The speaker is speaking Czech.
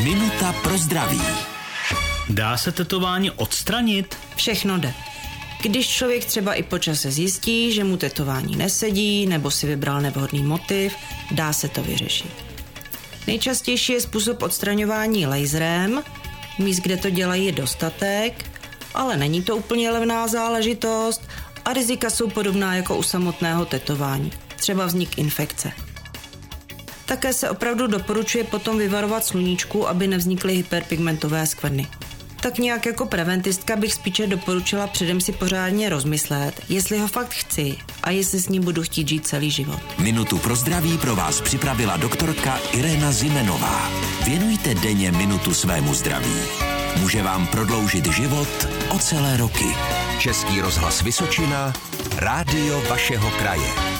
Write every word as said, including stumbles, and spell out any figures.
Minuta pro zdraví. Dá se tetování odstranit? Všechno jde. Když člověk třeba i po čase zjistí, že mu tetování nesedí nebo si vybral nevhodný motiv, dá se to vyřešit. Nejčastější je způsob odstraňování laserem, míst, kde to dělají, je dostatek, ale není to úplně levná záležitost a rizika jsou podobná jako u samotného tetování, třeba vznik infekce. Také se opravdu doporučuje potom vyvarovat sluníčku, aby nevznikly hyperpigmentové skvrny. Tak nějak jako preventistka bych spíše doporučila předem si pořádně rozmyslet, jestli ho fakt chci a jestli s ním budu chtít žít celý život. Minutu pro zdraví pro vás připravila doktorka Irena Zimenová. Věnujte denně minutu svému zdraví. Může vám prodloužit život o celé roky. Český rozhlas Vysočina, rádio vašeho kraje.